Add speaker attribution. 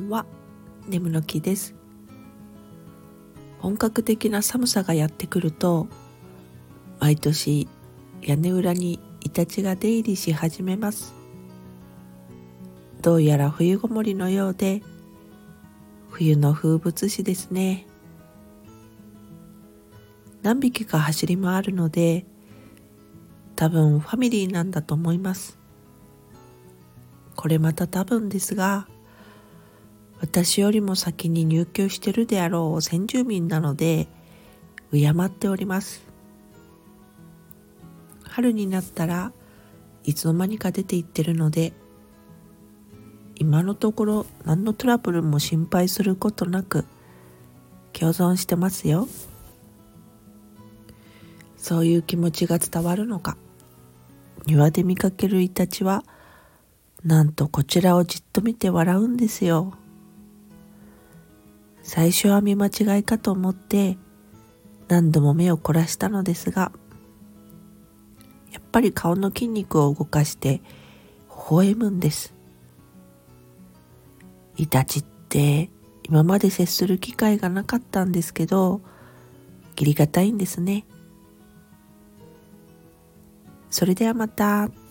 Speaker 1: んは、ねむの木です。本格的な寒さがやってくると、毎年屋根裏にイタチが出入りし始めます。どうやら冬ごもりのようで、冬の風物詩ですね。何匹か走り回るので、多分ファミリーなんだと思います。これまた多分ですが、私よりも先に入居してるであろう先住民なので、敬っております。春になったらいつの間にか出て行ってるので、今のところ何のトラブルも心配することなく共存してますよ。そういう気持ちが伝わるのか、庭で見かけるイタチはなんとこちらをじっと見て笑うんですよ。最初は見間違いかと思って何度も目を凝らしたのですが、やっぱり顔の筋肉を動かして微笑むんです。イタチって今まで接する機会がなかったんですけど、義理がたいんですね。それではまた。